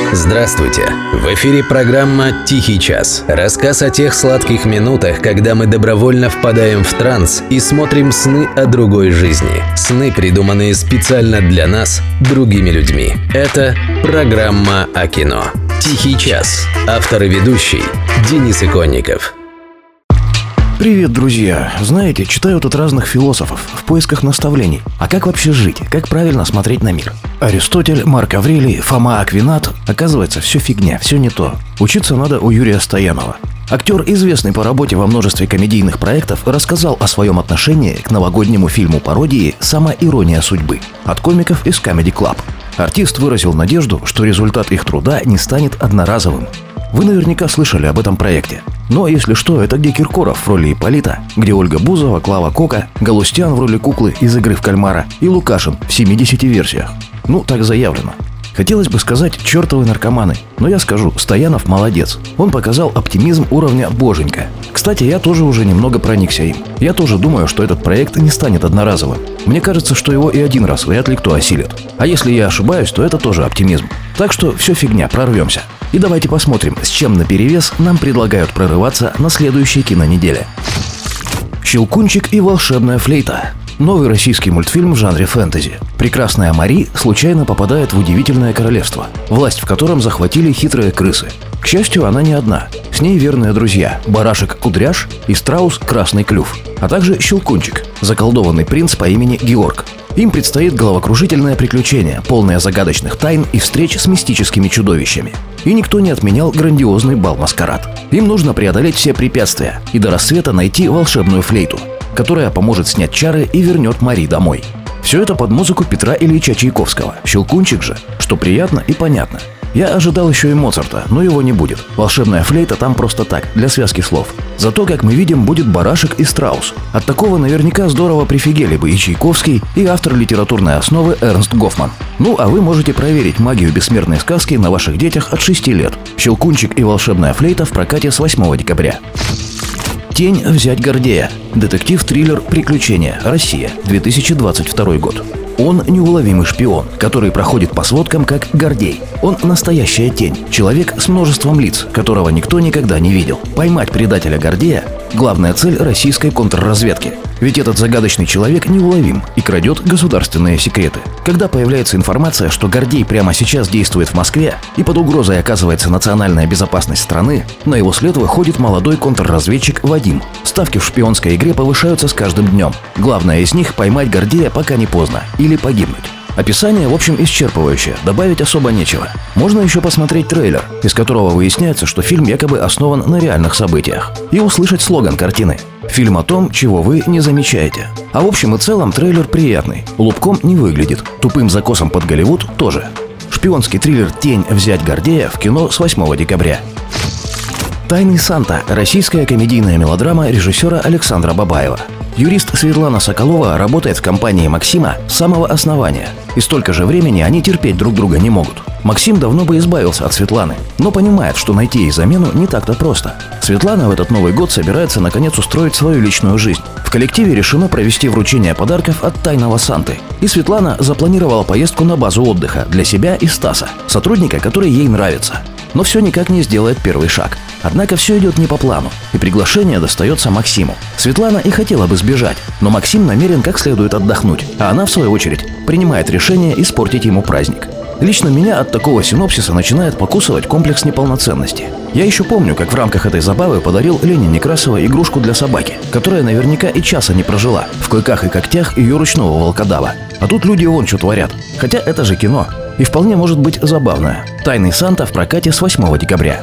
Здравствуйте! В эфире программа «Тихий час». Рассказ о тех сладких минутах, когда мы добровольно впадаем в транс и смотрим сны о другой жизни. Сны, придуманные специально для нас, другими людьми. Это программа о кино. «Тихий час». Автор и ведущий Денис Иконников. Привет, друзья! Знаете, читаю тут разных философов в поисках наставлений. А как вообще жить? Как правильно смотреть на мир? Аристотель, Марк Аврелий, Фома Аквинат. Оказывается, все фигня, все не то. Учиться надо у Юрия Стоянова. Актер, известный по работе во множестве комедийных проектов, рассказал о своем отношении к новогоднему фильму-пародии «Самоирония судьбы» от комиков из Comedy Club. Артист выразил надежду, что результат их труда не станет одноразовым. Вы наверняка слышали об этом проекте. Но если что, это где Киркоров в роли Ипполита, где Ольга Бузова, Клава Кока, Галустян в роли куклы из «Игры в кальмара» и Лукашин в 70 версиях. Ну, так заявлено. Хотелось бы сказать «чертовы наркоманы», но я скажу, Стоянов молодец. Он показал оптимизм уровня боженька. Кстати, я тоже уже немного проникся им. Я тоже думаю, что этот проект не станет одноразовым. Мне кажется, что его и один раз вряд ли кто осилит. А если я ошибаюсь, то это тоже оптимизм. Так что все фигня, прорвемся. И давайте посмотрим, с чем наперевес нам предлагают прорываться на следующей кинонеделе. «Щелкунчик и волшебная флейта». Новый российский мультфильм в жанре фэнтези. Прекрасная Мари случайно попадает в удивительное королевство, власть в котором захватили хитрые крысы. К счастью, она не одна. С ней верные друзья – барашек Кудряш и страус Красный Клюв, а также Щелкунчик, заколдованный принц по имени Георг. Им предстоит головокружительное приключение, полное загадочных тайн и встреч с мистическими чудовищами. И никто не отменял грандиозный бал-маскарад. Им нужно преодолеть все препятствия и до рассвета найти волшебную флейту, которая поможет снять чары и вернет Мари домой. Все это под музыку Петра Ильича Чайковского. Щелкунчик же, что приятно и понятно. Я ожидал еще и Моцарта, но его не будет. Волшебная флейта там просто так, для связки слов. Зато, как мы видим, будет барашек и страус. От такого наверняка здорово прифигели бы и Чайковский, и автор литературной основы Эрнст Гофман. Ну, а вы можете проверить магию бессмертной сказки на ваших детях от 6 лет. «Щелкунчик и волшебная флейта» в прокате с 8 декабря. «Тень взять Гордея». Детектив-триллер «Приключения. Россия. 2022 год». Он неуловимый шпион, который проходит по сводкам как Гордей. Он настоящая тень, человек с множеством лиц, которого никто никогда не видел. Поймать предателя Гордея – главная цель российской контрразведки. Ведь этот загадочный человек неуловим и крадет государственные секреты. Когда появляется информация, что Гордей прямо сейчас действует в Москве и под угрозой оказывается национальная безопасность страны, на его след выходит молодой контрразведчик Вадим. Ставки в шпионской игре повышаются с каждым днем. Главное из них – поймать Гордея, пока не поздно, или погибнуть. Описание, в общем, исчерпывающее, добавить особо нечего. Можно еще посмотреть трейлер, из которого выясняется, что фильм якобы основан на реальных событиях, и услышать слоган картины. Фильм о том, чего вы не замечаете. А в общем и целом трейлер приятный, лупком не выглядит, тупым закосом под Голливуд тоже. Шпионский триллер «Тень взять Гордея» в кино с 8 декабря. «Тайный Санта» – российская комедийная мелодрама режиссера Александра Бабаева. Юрист Светлана Соколова работает в компании Максима с самого основания, и столько же времени они терпеть друг друга не могут. Максим давно бы избавился от Светланы, но понимает, что найти ей замену не так-то просто. Светлана в этот Новый год собирается наконец устроить свою личную жизнь. В коллективе решено провести вручение подарков от Тайного Санты, и Светлана запланировала поездку на базу отдыха для себя и Стаса, сотрудника, который ей нравится. Но все никак не сделает первый шаг. Однако все идет не по плану, и приглашение достается Максиму. Светлана и хотела бы сбежать, но Максим намерен как следует отдохнуть, а она, в свою очередь, принимает решение испортить ему праздник. Лично меня от такого синопсиса начинает покусывать комплекс неполноценности. Я еще помню, как в рамках этой забавы подарил Лене Некрасовой игрушку для собаки, которая наверняка и часа не прожила в клыках и когтях ее ручного волкодава. А тут люди вон что творят. Хотя это же кино. И вполне может быть забавное. «Тайный Санта» в прокате с 8 декабря.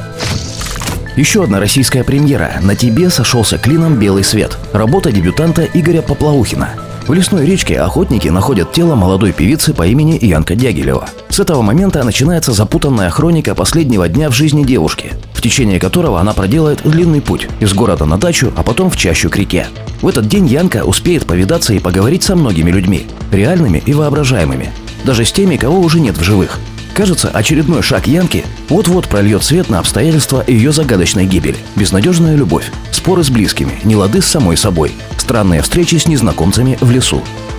Еще одна российская премьера. «На тебе сошелся клином белый свет». Работа дебютанта Игоря Поплавухина. В лесной речке охотники находят тело молодой певицы по имени Янка Дягилева. С этого момента начинается запутанная хроника последнего дня в жизни девушки, в течение которого она проделает длинный путь из города на дачу, а потом в чащу к реке. В этот день Янка успеет повидаться и поговорить со многими людьми, реальными и воображаемыми, даже с теми, кого уже нет в живых. Кажется, очередной шаг Янки вот-вот прольет свет на обстоятельства ее загадочной гибели. Безнадежная любовь, споры с близкими, нелады с самой собой, странные встречи с незнакомцами в лесу.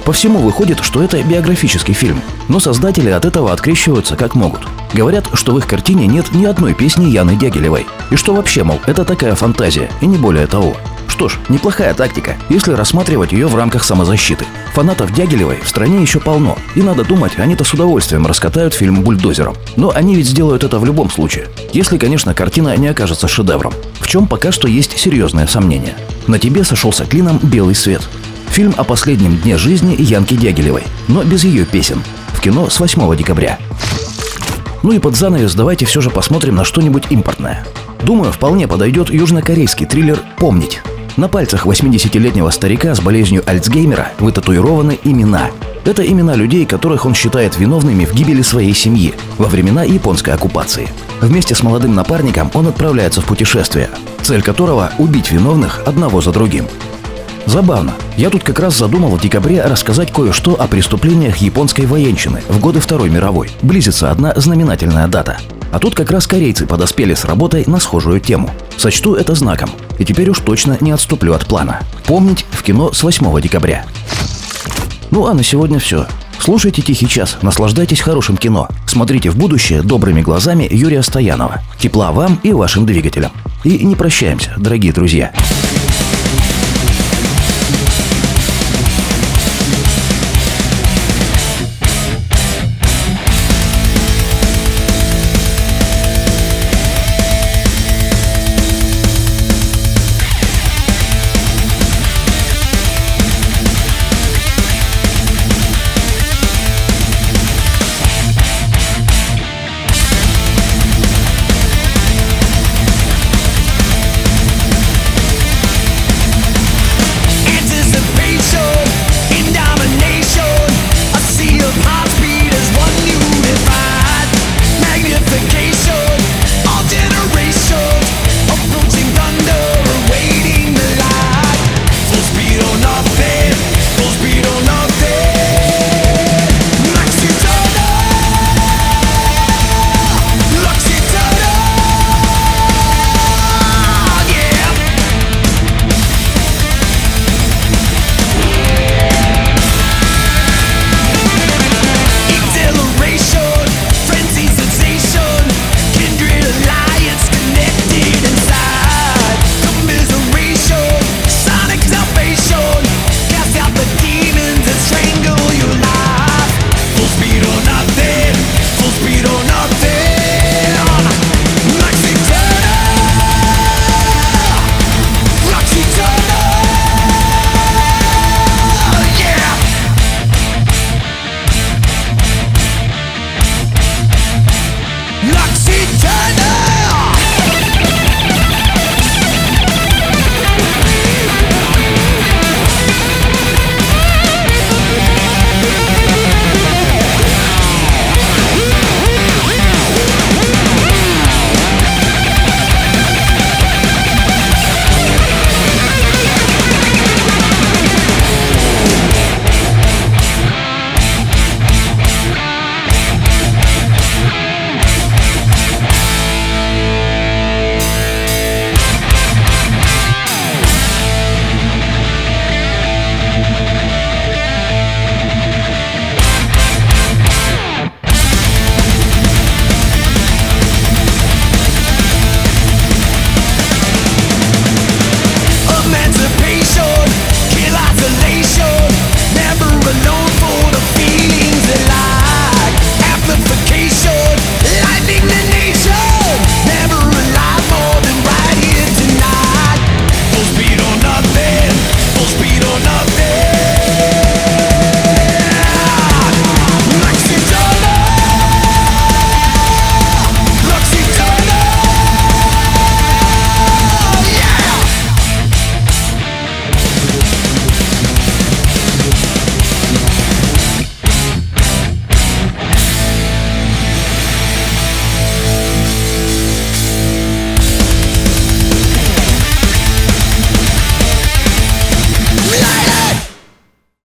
По всему выходит, что это биографический фильм, но создатели от этого открещиваются как могут. Говорят, что в их картине нет ни одной песни Яны Дягилевой, и что вообще, мол, это такая фантазия, и не более того. Что ж, неплохая тактика, если рассматривать ее в рамках самозащиты. Фанатов Дягилевой в стране еще полно, и надо думать, они-то с удовольствием раскатают фильм бульдозером. Но они ведь сделают это в любом случае, если, конечно, картина не окажется шедевром, в чем пока что есть серьезные сомнения. На тебе сошелся клином «Белый свет». Фильм о последнем дне жизни Янки Дягилевой, но без ее песен. В кино с 8 декабря. Ну и под занавес давайте все же посмотрим на что-нибудь импортное. Думаю, вполне подойдет южнокорейский триллер «Помнить». На пальцах 80-летнего старика с болезнью Альцгеймера вытатуированы имена. Это имена людей, которых он считает виновными в гибели своей семьи во времена японской оккупации. Вместе с молодым напарником он отправляется в путешествие, цель которого – убить виновных одного за другим. Забавно. Я тут как раз задумал в декабре рассказать кое-что о преступлениях японской военщины в годы Второй мировой. Близится одна знаменательная дата. А тут как раз корейцы подоспели с работой на схожую тему. Сочту это знаком. И теперь уж точно не отступлю от плана. Помнить в кино с 8 декабря. Ну а на сегодня все. Слушайте «Тихий час», наслаждайтесь хорошим кино. Смотрите в будущее добрыми глазами Юрия Стоянова. Тепла вам и вашим двигателям. И не прощаемся, дорогие друзья.